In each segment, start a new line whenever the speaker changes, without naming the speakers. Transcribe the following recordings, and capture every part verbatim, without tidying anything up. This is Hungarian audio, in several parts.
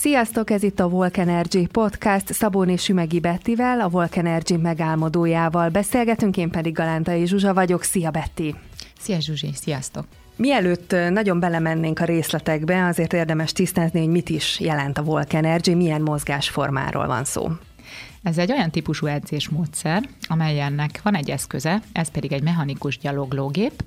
Sziasztok, ez itt a Walk Energy Podcast. Szabóné Sümegi Bettivel, a Walk Energy megálmodójával beszélgetünk, én pedig Galántai Zsuzsa vagyok. Szia, Betti!
Szia, Zsuzsi, sziasztok!
Mielőtt nagyon belemennénk a részletekbe, azért érdemes tisztázni, hogy mit is jelent a Walk Energy, milyen mozgásformáról van szó.
Ez egy olyan típusú edzésmódszer, amelyennek van egy eszköze, ez pedig egy mechanikus gyaloglógép.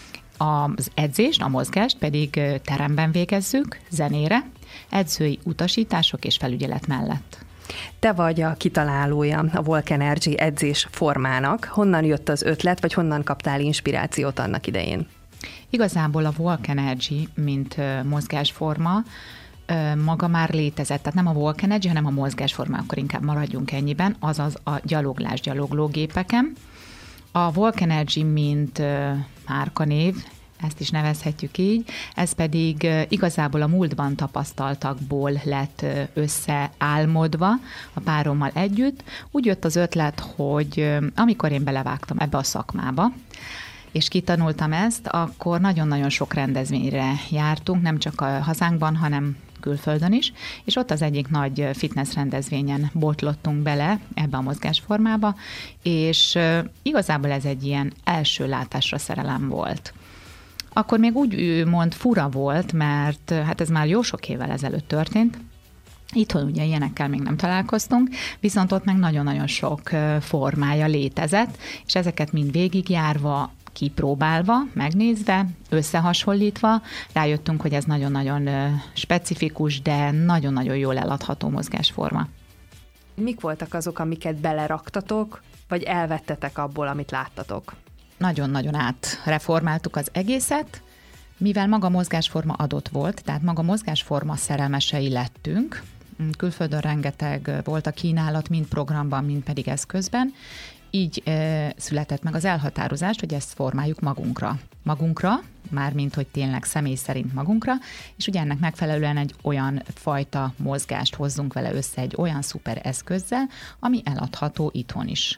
Az edzést, a mozgást pedig teremben végezzük, zenére, edzői utasítások és felügyelet mellett.
Te vagy a kitalálója a Walk Energy edzés formának. Honnan jött az ötlet, vagy honnan kaptál inspirációt annak idején?
Igazából a Walk Energy, mint mozgásforma, maga már létezett, tehát nem a Walk Energy, hanem a mozgásforma, akkor inkább maradjunk ennyiben, azaz a gyaloglás gyaloglógépeken. A Walk Energy, mint márkanév, ezt is nevezhetjük így, ez pedig igazából a múltban tapasztaltakból lett összeálmodva a párommal együtt. Úgy jött az ötlet, hogy amikor én belevágtam ebbe a szakmába, és kitanultam ezt, akkor nagyon-nagyon sok rendezvényre jártunk, nem csak a hazánkban, hanem külföldön is, és ott az egyik nagy fitness rendezvényen botlottunk bele ebbe a mozgásformába, és igazából ez egy ilyen első látásra szerelem volt. Akkor még úgy mond fura volt, mert hát ez már jó sok évvel ezelőtt történt. Itthon ugye ilyenekkel még nem találkoztunk, viszont ott meg nagyon-nagyon sok formája létezett, és ezeket mind végigjárva, kipróbálva, megnézve, összehasonlítva, rájöttünk, hogy ez nagyon-nagyon specifikus, de nagyon-nagyon jól eladható mozgásforma.
Mik voltak azok, amiket beleraktatok, vagy elvettetek abból, amit láttatok?
Nagyon-nagyon átreformáltuk az egészet, mivel maga mozgásforma adott volt, tehát maga mozgásforma szerelmesei lettünk. Külföldön rengeteg volt a kínálat, mind programban, mind pedig eszközben. Így e, született meg az elhatározás, hogy ezt formáljuk magunkra. Magunkra, mármint hogy tényleg személy szerint magunkra, és ugye ennek megfelelően egy olyan fajta mozgást hozzunk vele össze egy olyan szuper eszközzel, ami eladható itthon is.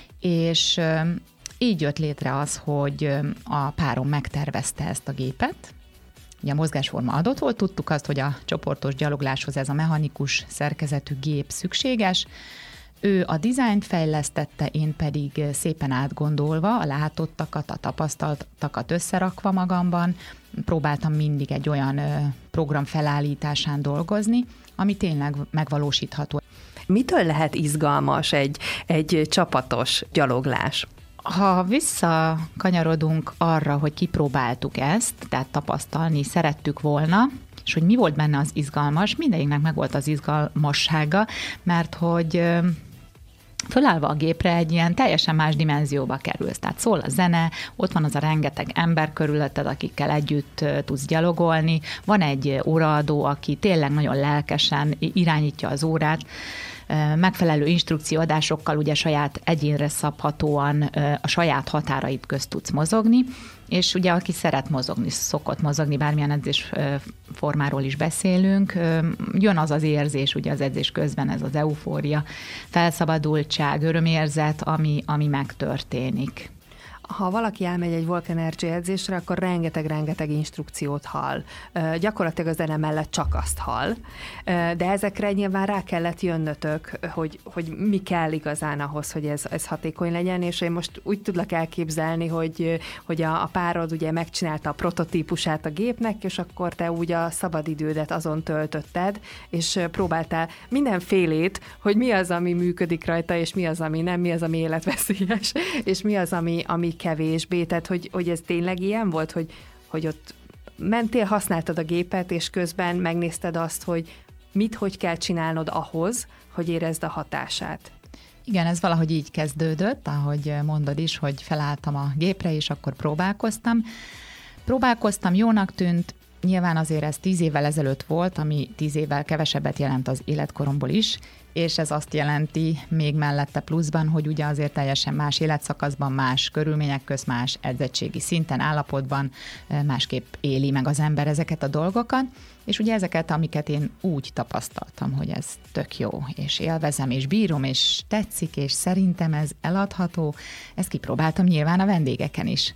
És e, így jött létre az, hogy a párom megtervezte ezt a gépet. Ugye a mozgásforma adott volt, tudtuk azt, hogy a csoportos gyalogláshoz ez a mechanikus szerkezetű gép szükséges. Ő a dizájnt fejlesztette, én pedig szépen átgondolva, a látottakat, a tapasztaltakat összerakva magamban, próbáltam mindig egy olyan program felállításán dolgozni, ami tényleg megvalósítható.
Mitől lehet izgalmas egy, egy csapatos gyaloglás?
Ha visszakanyarodunk arra, hogy kipróbáltuk ezt, tehát tapasztalni szerettük volna, és hogy mi volt benne az izgalmas, mindegyiknek meg volt az izgalmassága, mert hogy fölállva a gépre egy ilyen teljesen más dimenzióba kerülsz. Tehát szól a zene, ott van az a rengeteg ember körülötted, akikkel együtt tudsz gyalogolni, van egy óraadó, aki tényleg nagyon lelkesen irányítja az órát, megfelelő instrukcióadásokkal ugye saját egyénre szabhatóan a saját határaid közt tudsz mozogni, és ugye aki szeret mozogni, szokott mozogni, bármilyen edzés formáról is beszélünk, jön az az érzés ugye az edzés közben, ez az eufória, felszabadultság, örömérzet, ami, ami megtörténik.
Ha valaki elmegy egy Walk Energy edzésre, akkor rengeteg-rengeteg instrukciót hall. Gyakorlatilag a zene mellett csak azt hall. De ezekre nyilván rá kellett jönnötök, hogy, hogy mi kell igazán ahhoz, hogy ez, ez hatékony legyen, és én most úgy tudlak elképzelni, hogy, hogy a, a párod ugye megcsinálta a prototípusát a gépnek, és akkor te úgy a szabadidődet azon töltötted, és próbáltál mindenfélét, hogy mi az, ami működik rajta, és mi az, ami nem, mi az, ami életveszélyes, és mi az, ami, ami kevésbé, tehát hogy, hogy ez tényleg ilyen volt, hogy, hogy ott mentél, használtad a gépet, és közben megnézted azt, hogy mit, hogy kell csinálnod ahhoz, hogy érezd a hatását.
Igen, ez valahogy így kezdődött, ahogy mondod is, hogy felálltam a gépre, és akkor próbálkoztam. Próbálkoztam, jónak tűnt, nyilván azért ez tíz évvel ezelőtt volt, ami tíz évvel kevesebbet jelent az életkoromból is, és ez azt jelenti még mellette pluszban, hogy ugye azért teljesen más életszakaszban, más körülmények közt, más edzettségi szinten, állapotban másképp éli meg az ember ezeket a dolgokat, és ugye ezeket, amiket én úgy tapasztaltam, hogy ez tök jó, és élvezem, és bírom, és tetszik, és szerintem ez eladható, ezt kipróbáltam nyilván a vendégeken is.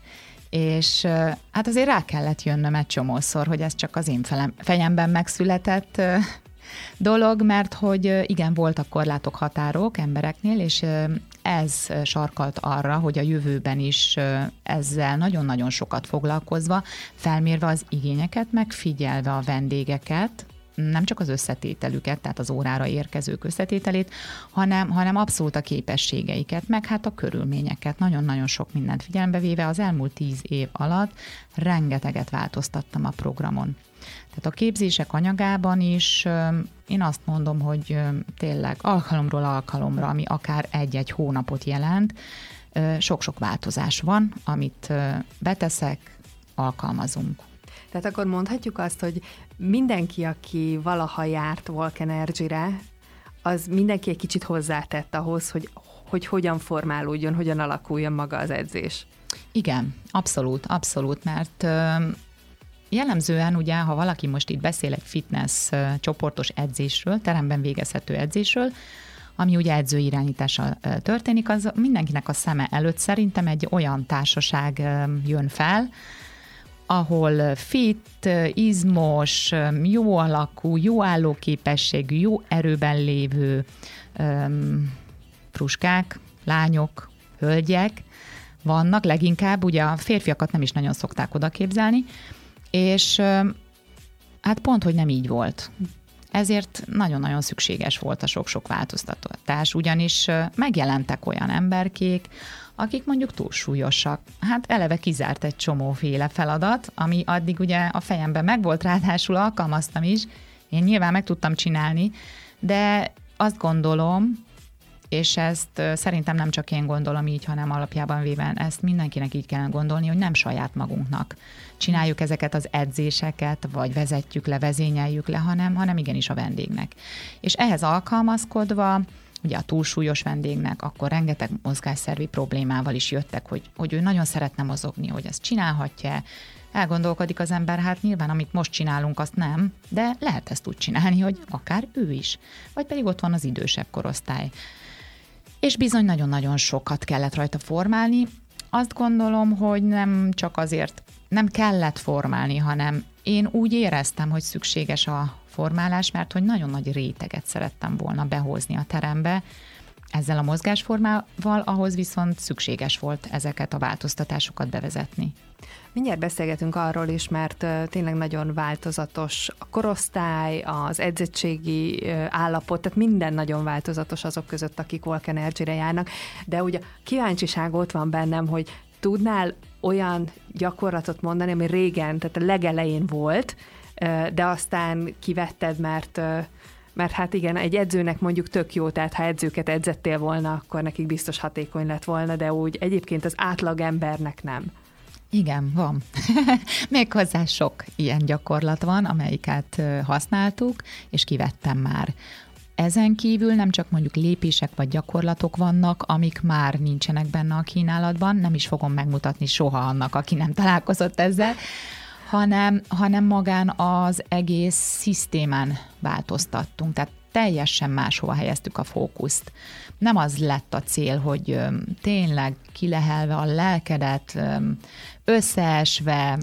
És hát azért rá kellett jönnöm egy csomószor, hogy ez csak az én fejemben megszületett dolog, mert hogy igen, voltak korlátok, határok embereknél, és ez sarkalt arra, hogy a jövőben is ezzel nagyon-nagyon sokat foglalkozva, felmérve az igényeket, megfigyelve a vendégeket, nem csak az összetételüket, tehát az órára érkezők összetételét, hanem, hanem abszolút a képességeiket, meg hát a körülményeket, nagyon-nagyon sok mindent figyelembe véve az elmúlt tíz év alatt rengeteget változtattam a programon. Tehát a képzések anyagában is én azt mondom, hogy tényleg alkalomról alkalomra, ami akár egy-egy hónapot jelent, sok-sok változás van, amit beteszek, alkalmazunk.
Tehát akkor mondhatjuk azt, hogy mindenki, aki valaha járt Walk Energy-re, az mindenki egy kicsit hozzátett ahhoz, hogy, hogy hogyan formálódjon, hogyan alakuljon maga az edzés.
Igen, abszolút, abszolút, mert jellemzően ugye, ha valaki most itt beszél egy fitness csoportos edzésről, teremben végezhető edzésről, ami ugye edzőirányítással történik, az mindenkinek a szeme előtt szerintem egy olyan társaság jön fel, ahol fit, izmos, jó alakú, jó állóképességű, jó erőben lévő um, pruskák, lányok, hölgyek vannak, leginkább ugye a férfiakat nem is nagyon szokták oda képzelni, és um, hát pont, hogy nem így volt. Ezért nagyon-nagyon szükséges volt a sok-sok változtatás, ugyanis megjelentek olyan emberkék, akik mondjuk túlsúlyosak. Hát eleve kizárt egy csomóféle feladat, ami addig ugye a fejemben megvolt, ráadásul alkalmaztam is, én nyilván meg tudtam csinálni, de azt gondolom, és ezt szerintem nem csak én gondolom így, hanem alapjában véve ezt mindenkinek így kellene gondolni, hogy nem saját magunknak csináljuk ezeket az edzéseket, vagy vezetjük le, vezényeljük le, hanem, hanem igenis a vendégnek. És ehhez alkalmazkodva, ugye a túlsúlyos vendégnek, akkor rengeteg mozgásszervi problémával is jöttek, hogy, hogy ő nagyon szeretne mozogni, hogy ezt csinálhatja. Elgondolkodik az ember, hát nyilván amit most csinálunk, azt nem, de lehet ezt úgy csinálni, hogy akár ő is. Vagy pedig ott van az idősebb korosztály. És bizony nagyon-nagyon sokat kellett rajta formálni. Azt gondolom, hogy nem csak azért nem kellett formálni, hanem én úgy éreztem, hogy szükséges a formálás, mert hogy nagyon nagy réteget szerettem volna behozni a terembe ezzel a mozgásformával, ahhoz viszont szükséges volt ezeket a változtatásokat bevezetni.
Mindjárt beszélgetünk arról is, mert tényleg nagyon változatos a korosztály, az edzettségi állapot, tehát minden nagyon változatos azok között, akik Walk Energy-re járnak, de ugye kíváncsiság ott van bennem, hogy tudnál olyan gyakorlatot mondani, ami régen, tehát a legelején volt, de aztán kivetted, mert, mert hát igen, egy edzőnek mondjuk tök jó, tehát ha edzőket edzettél volna, akkor nekik biztos hatékony lett volna, de úgy egyébként az átlag embernek nem.
Igen, van. Méghozzá sok ilyen gyakorlat van, amelyiket használtuk, és kivettem már. Ezen kívül nem csak mondjuk lépések vagy gyakorlatok vannak, amik már nincsenek benne a kínálatban, nem is fogom megmutatni soha annak, aki nem találkozott ezzel, hanem, hanem magán az egész szisztémán változtattunk, tehát teljesen máshova helyeztük a fókuszt. Nem az lett a cél, hogy tényleg kilehelve a lelkedet, összeesve,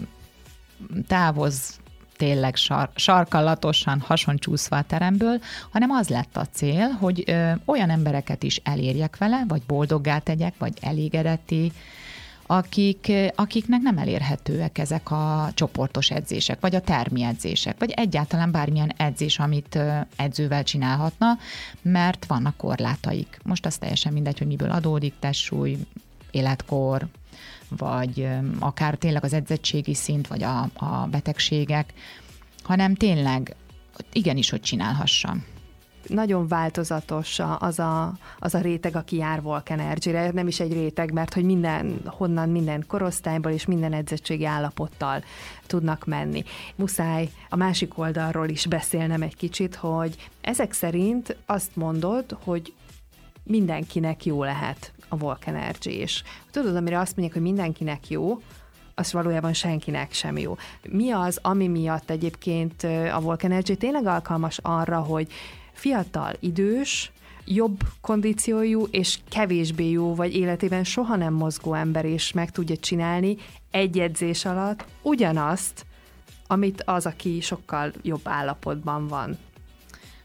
távozz tényleg sar- sarkallatosan, hasoncsúszva a teremből, hanem az lett a cél, hogy ö, olyan embereket is elérjek vele, vagy boldoggá tegyek, vagy elégedetté, akik, akiknek nem elérhetőek ezek a csoportos edzések, vagy a termi edzések, vagy egyáltalán bármilyen edzés, amit edzővel csinálhatna, mert vannak korlátaik. Most az teljesen mindegy, hogy miből adódik, testsúly, életkor, vagy akár tényleg az edzettségi szint, vagy a, a betegségek, hanem tényleg igenis, hogy csinálhassam.
Nagyon változatos az a, az a réteg, aki jár Walk Energy-re, nem is egy réteg, mert hogy minden, honnan minden korosztályból és minden edzettségi állapottal tudnak menni. Muszáj a másik oldalról is beszélnem egy kicsit, hogy ezek szerint azt mondod, hogy mindenkinek jó lehet a Walk Energy, és tudod, amire azt mondják, hogy mindenkinek jó, az valójában senkinek sem jó. Mi az, ami miatt egyébként a Walk Energy tényleg alkalmas arra, hogy fiatal, idős, jobb kondíciójú és kevésbé jó, vagy életében soha nem mozgó ember is meg tudja csinálni egy edzés alatt ugyanazt, amit az, aki sokkal jobb állapotban van.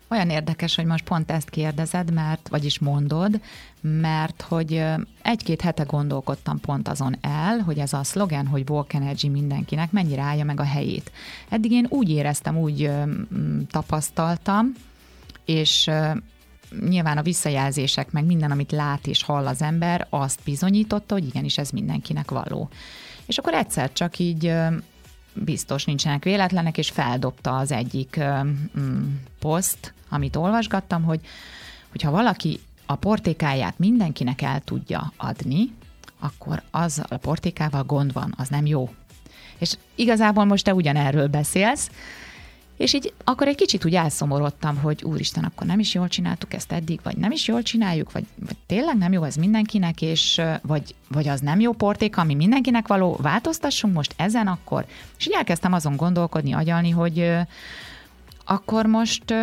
Olyan érdekes, hogy most pont ezt kérdezed, mert, vagyis mondod, mert hogy egy-két hete gondolkodtam pont azon el, hogy ez a szlogen, hogy Walk Energy mindenkinek, mennyire állja meg a helyét. Eddig én úgy éreztem, úgy tapasztaltam, és nyilván a visszajelzések, meg minden, amit lát és hall az ember, azt bizonyította, hogy igenis ez mindenkinek való. És akkor egyszer csak így biztos nincsenek véletlenek, és feldobta az egyik mm, poszt, amit olvasgattam, hogy hogyha valaki a portékáját mindenkinek el tudja adni, akkor az a portékával gond van, az nem jó. És igazából most te ugyanerről beszélsz, és így akkor egy kicsit úgy elszomorodtam, hogy úristen, akkor nem is jól csináltuk ezt eddig, vagy nem is jól csináljuk, vagy, vagy tényleg nem jó ez mindenkinek, és vagy, vagy az nem jó portéka, ami mindenkinek való, változtassunk most ezen akkor. És így elkezdtem azon gondolkodni, agyalni, hogy akkor most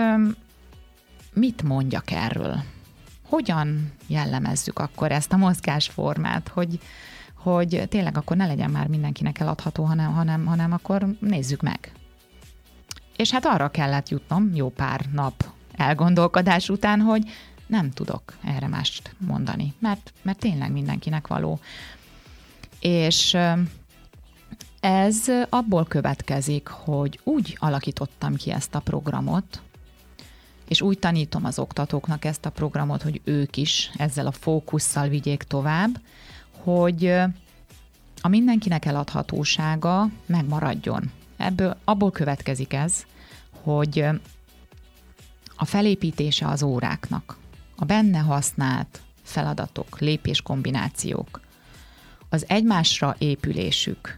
mit mondjak erről? Hogyan jellemezzük akkor ezt a mozgásformát, hogy, hogy tényleg akkor ne legyen már mindenkinek eladható, hanem, hanem, hanem akkor nézzük meg. És hát arra kellett jutnom jó pár nap elgondolkodás után, hogy nem tudok erre mást mondani, mert, mert tényleg mindenkinek való. És ez abból következik, hogy úgy alakítottam ki ezt a programot, és úgy tanítom az oktatóknak ezt a programot, hogy ők is ezzel a fókusszal vigyék tovább, hogy a mindenkinek eladhatósága megmaradjon. Ebből abból következik ez, hogy a felépítése az óráknak, a benne használt feladatok, lépéskombinációk, az egymásra épülésük,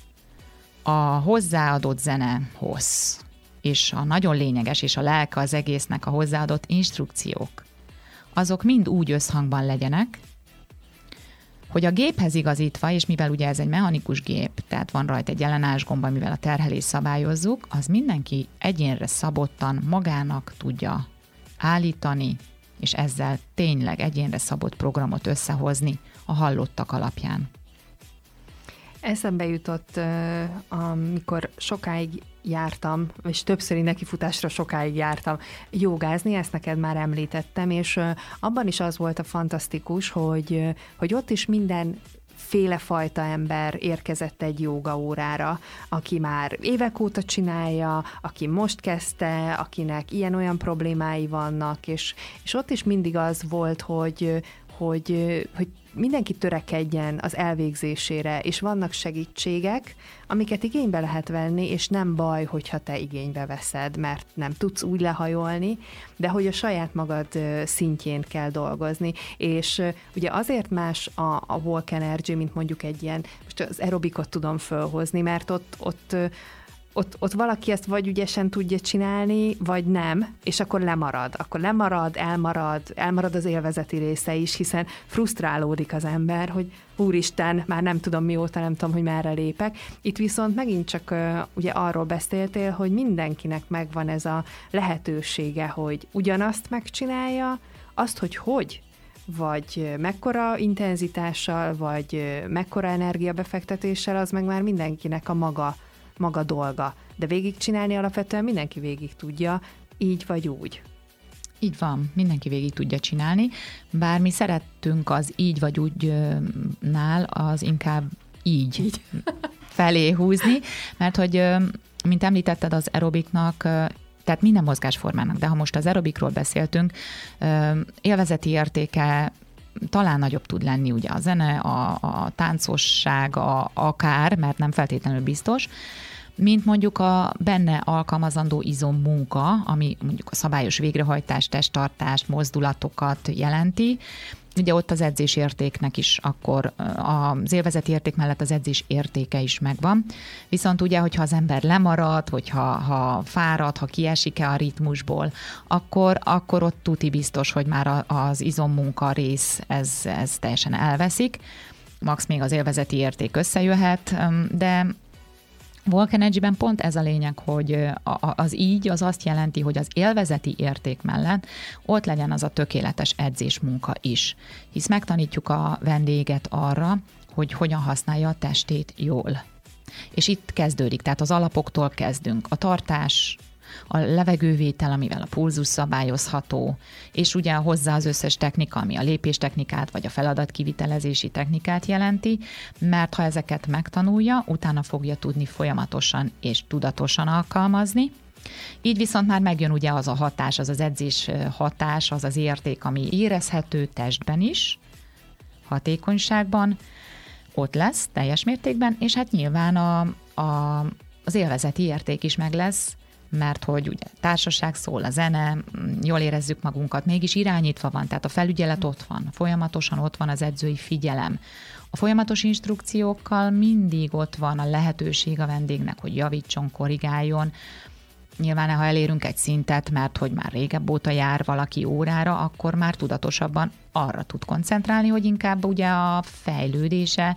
a hozzáadott zene hossz, és a nagyon lényeges, és a lelke az egésznek a hozzáadott instrukciók, azok mind úgy összhangban legyenek, hogy a géphez igazítva, és mivel ugye ez egy mechanikus gép, tehát van rajta egy ellenállásgomb, mivel a terhelést szabályozzuk, az mindenki egyénre szabottan magának tudja állítani, és ezzel tényleg egyénre szabott programot összehozni a hallottak alapján.
Eszembe jutott, amikor sokáig jártam, és többszöri nekifutásra sokáig jártam jogázni, ezt neked már említettem, és abban is az volt a fantasztikus, hogy, hogy ott is minden félefajta ember érkezett egy jógaórára, aki már évek óta csinálja, aki most kezdte, akinek ilyen-olyan problémái vannak, és, és ott is mindig az volt, hogy, hogy, hogy mindenki törekedjen az elvégzésére, és vannak segítségek, amiket igénybe lehet venni, és nem baj, hogyha te igénybe veszed, mert nem tudsz úgy lehajolni, de hogy a saját magad szintjén kell dolgozni. És ugye azért más a, a Walk Energy, mint mondjuk egy ilyen, most az aerobikot tudom fölhozni, mert ott, ott Ott, ott valaki ezt vagy ügyesen tudja csinálni, vagy nem, és akkor lemarad. Akkor lemarad, elmarad, elmarad az élvezeti része is, hiszen frusztrálódik az ember, hogy úristen, már nem tudom mióta, nem tudom, hogy merre lépek. Itt viszont megint csak uh, ugye arról beszéltél, hogy mindenkinek megvan ez a lehetősége, hogy ugyanazt megcsinálja, azt, hogy hogy, vagy mekkora intenzitással, vagy mekkora energiabefektetéssel, az meg már mindenkinek a maga maga dolga, de végigcsinálni alapvetően mindenki végig tudja, így vagy úgy.
Így van, mindenki végig tudja csinálni, bár mi szerettünk az így vagy úgy nál, az inkább így, így. felé húzni, mert hogy, mint említetted, az aerobiknak, tehát minden mozgásformának, de ha most az aerobikról beszéltünk, élvezeti értéke talán nagyobb tud lenni ugye a zene, a, a táncosság, a, akár, mert nem feltétlenül biztos, mint mondjuk a benne alkalmazandó izommunka, ami mondjuk a szabályos végrehajtás, testtartást, mozdulatokat jelenti. Ugye ott az edzés értéknek is akkor az élvezeti érték mellett az edzés értéke is megvan. Viszont ugye, hogyha az ember lemarad, hogyha ha fárad, ha kiesik-e a ritmusból, akkor, akkor ott tuti biztos, hogy már az izommunka rész ez, ez teljesen elveszik. Max még az élvezeti érték összejöhet, de Walk Energy-ben pont ez a lényeg, hogy az így az azt jelenti, hogy az élvezeti érték mellett ott legyen az a tökéletes edzésmunka is. Hisz megtanítjuk a vendéget arra, hogy hogyan használja a testét jól. És itt kezdődik, tehát az alapoktól kezdünk. A tartás, a levegővétel, amivel a pulzus szabályozható, és ugye hozzá az összes technika, ami a lépéstechnikát, vagy a feladatkivitelezési technikát jelenti, mert ha ezeket megtanulja, utána fogja tudni folyamatosan és tudatosan alkalmazni. Így viszont már megjön ugye az a hatás, az az edzés hatás, az az érték, ami érezhető testben is, hatékonyságban, ott lesz teljes mértékben, és hát nyilván a, a, az élvezeti érték is meg lesz, mert hogy ugye társaság szól, a zene, jól érezzük magunkat, mégis irányítva van, tehát a felügyelet ott van, folyamatosan ott van az edzői figyelem. A folyamatos instrukciókkal mindig ott van a lehetőség a vendégnek, hogy javítson, korrigáljon. Nyilván, ha elérünk egy szintet, mert hogy már régebb óta jár valaki órára, akkor már tudatosabban arra tud koncentrálni, hogy inkább ugye a fejlődése,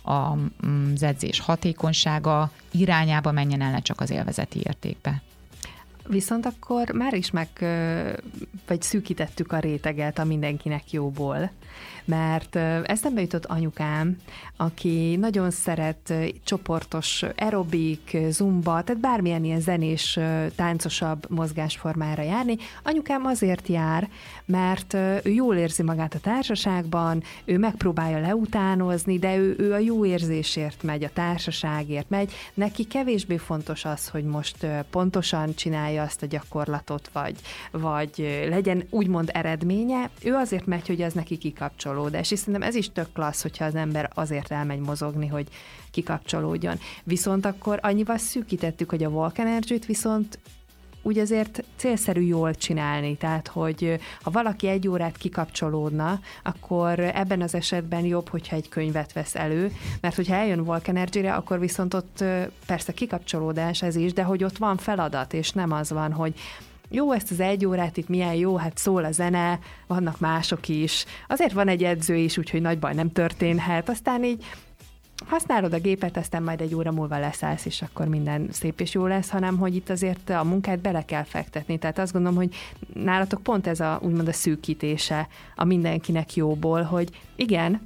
az edzés hatékonysága irányába menjen el, ne csak az élvezeti értékbe.
Viszont akkor már is meg, vagy szűkítettük a réteget a mindenkinek jóból, mert eszembe jutott anyukám, aki nagyon szeret csoportos aerobik, zumba, tehát bármilyen ilyen zenés, táncosabb mozgásformára járni. Anyukám azért jár, mert ő jól érzi magát a társaságban, ő megpróbálja leutánozni, de ő, ő a jó érzésért megy, a társaságért megy. Neki kevésbé fontos az, hogy most pontosan csinálja azt a gyakorlatot, vagy, vagy legyen úgymond eredménye. Ő azért megy, hogy az neki kikapcsolódás, és szerintem ez is tök klassz, hogyha az ember azért elmegy mozogni, hogy kikapcsolódjon. Viszont akkor annyival szűkítettük, hogy a Walk Energy-t viszont úgy azért célszerű jól csinálni, tehát hogy ha valaki egy órát kikapcsolódna, akkor ebben az esetben jobb, hogyha egy könyvet vesz elő, mert hogyha eljön Walk Energy-re, akkor viszont ott persze kikapcsolódás ez is, de hogy ott van feladat, és nem az van, hogy jó, ezt az egy órát itt milyen jó, hát szól a zene, vannak mások is. Azért van egy edző is, úgyhogy nagy baj nem történhet. Aztán így használod a gépet, aztán majd egy óra múlva leszállsz, és akkor minden szép és jó lesz, hanem hogy itt azért a munkát bele kell fektetni. Tehát azt gondolom, hogy nálatok pont ez a úgymond a szűkítése a mindenkinek jóból, hogy igen,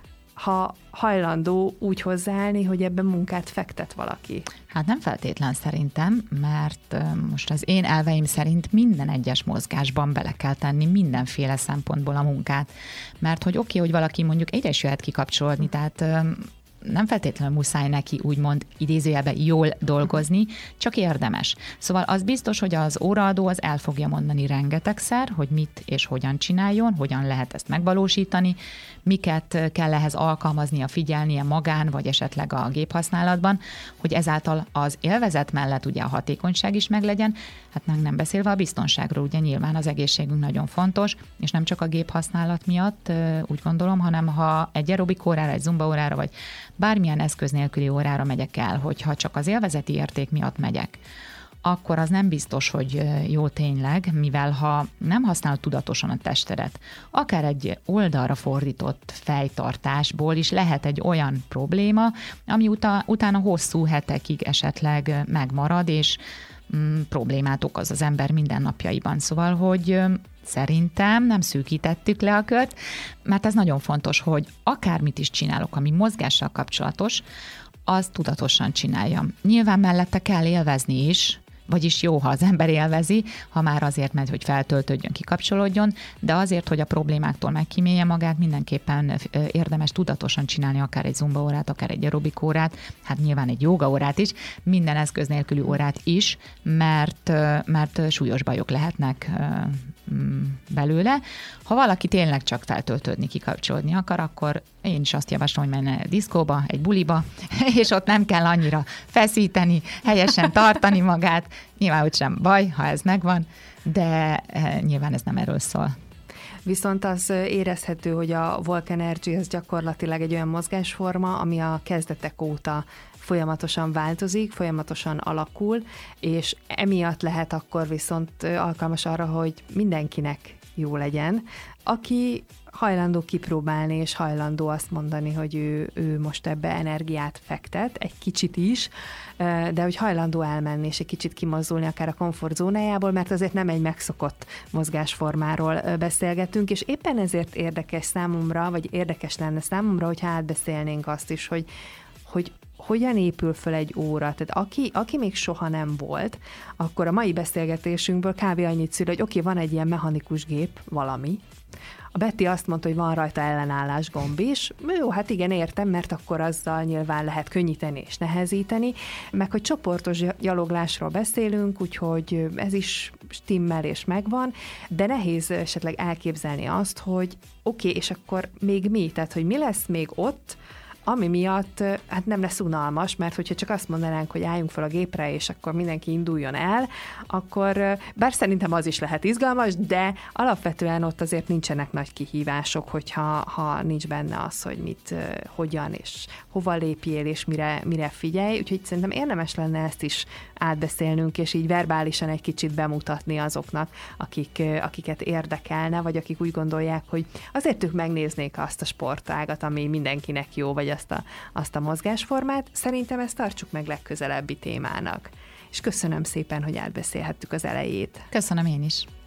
ha hajlandó úgy hozzáállni, hogy ebben munkát fektet valaki.
Hát nem feltétlen szerintem, mert most az én elveim szerint minden egyes mozgásban bele kell tenni mindenféle szempontból a munkát. Mert hogy oké, okay, hogy valaki mondjuk egyre is jöhet kikapcsolódni, tehát nem feltétlenül muszáj neki úgymond idézőjelben jól dolgozni, csak érdemes. Szóval az biztos, hogy az óraadó az el fogja mondani rengetegszer, hogy mit és hogyan csináljon, hogyan lehet ezt megvalósítani, miket kell ehhez alkalmaznia, figyelnie magán, vagy esetleg a géphasználatban, hogy ezáltal az élvezet mellett ugye a hatékonyság is meglegyen, hát nem, nem beszélve a biztonságról, ugye nyilván az egészségünk nagyon fontos, és nem csak a géphasználat miatt, úgy gondolom, hanem ha egy aerobik órára, egy zumba órára, vagy bármilyen eszköz nélküli órára megyek el, hogyha csak az élvezeti érték miatt megyek, akkor az nem biztos, hogy jó tényleg, mivel ha nem használod tudatosan a testedet, akár egy oldalra fordított fejtartásból is lehet egy olyan probléma, ami utána, utána hosszú hetekig esetleg megmarad, és mm, problémát okoz az ember mindennapjaiban. Szóval, hogy szerintem nem szűkítettük le a kört, mert ez nagyon fontos, hogy akármit is csinálok, ami mozgással kapcsolatos, az tudatosan csináljam. Nyilván mellette kell élvezni is, vagyis jó, ha az ember élvezi, ha már azért megy, hogy feltöltődjön, kikapcsolódjon, de azért, hogy a problémáktól megkímélje magát, mindenképpen érdemes tudatosan csinálni akár egy zumba órát, akár egy aerobik órát, hát nyilván egy jóga órát is, minden eszköz nélküli órát is, mert, mert súlyos bajok lehetnek belőle. Ha valaki tényleg csak feltöltődni, kikapcsolódni akar, akkor én is azt javaslom, hogy menjen egy diszkóba, egy buliba, és ott nem kell annyira feszíteni, helyesen tartani magát. Nyilván, hogy sem baj, ha ez megvan, de nyilván ez nem erről szól.
Viszont az érezhető, hogy a Walk Energy az gyakorlatilag egy olyan mozgásforma, ami a kezdetek óta folyamatosan változik, folyamatosan alakul, és emiatt lehet akkor viszont alkalmas arra, hogy mindenkinek jó legyen, aki hajlandó kipróbálni, és hajlandó azt mondani, hogy ő, ő most ebbe energiát fektet, egy kicsit is, de hogy hajlandó elmenni, és egy kicsit kimozdulni akár a komfortzónájából, mert azért nem egy megszokott mozgásformáról beszélgetünk, és éppen ezért érdekes számomra, vagy érdekes lenne számomra, hogyha átbeszélnénk azt is, hogy, hogy hogyan épül föl egy óra. Tehát aki, aki még soha nem volt, akkor a mai beszélgetésünkből kb. Annyit szül, hogy oké, okay, van egy ilyen mechanikus gép, valami. A Betty azt mondta, hogy van rajta ellenállás gomb is. Jó, hát igen, értem, mert akkor azzal nyilván lehet könnyíteni és nehezíteni, meg hogy csoportos gyaloglásról beszélünk, úgyhogy ez is stimmel és megvan, de nehéz esetleg elképzelni azt, hogy oké, okay, és akkor még mi? Tehát, hogy mi lesz még ott, ami miatt hát nem lesz unalmas, mert hogyha csak azt mondanánk, hogy álljunk fel a gépre, és akkor mindenki induljon el, akkor bár szerintem az is lehet izgalmas, de alapvetően ott azért nincsenek nagy kihívások, hogyha ha nincs benne az, hogy mit, hogyan és hova lépjél, és mire, mire figyelj. Úgyhogy szerintem érdemes lenne ezt is átbeszélnünk, és így verbálisan egy kicsit bemutatni azoknak, akik, akiket érdekelne, vagy akik úgy gondolják, hogy azért ők megnéznék azt a sportágat, ami mindenkinek jó, vagy azt a, azt a mozgásformát. Szerintem ezt tartsuk meg legközelebbi témának. És köszönöm szépen, hogy átbeszélhettük az elejét.
Köszönöm én is.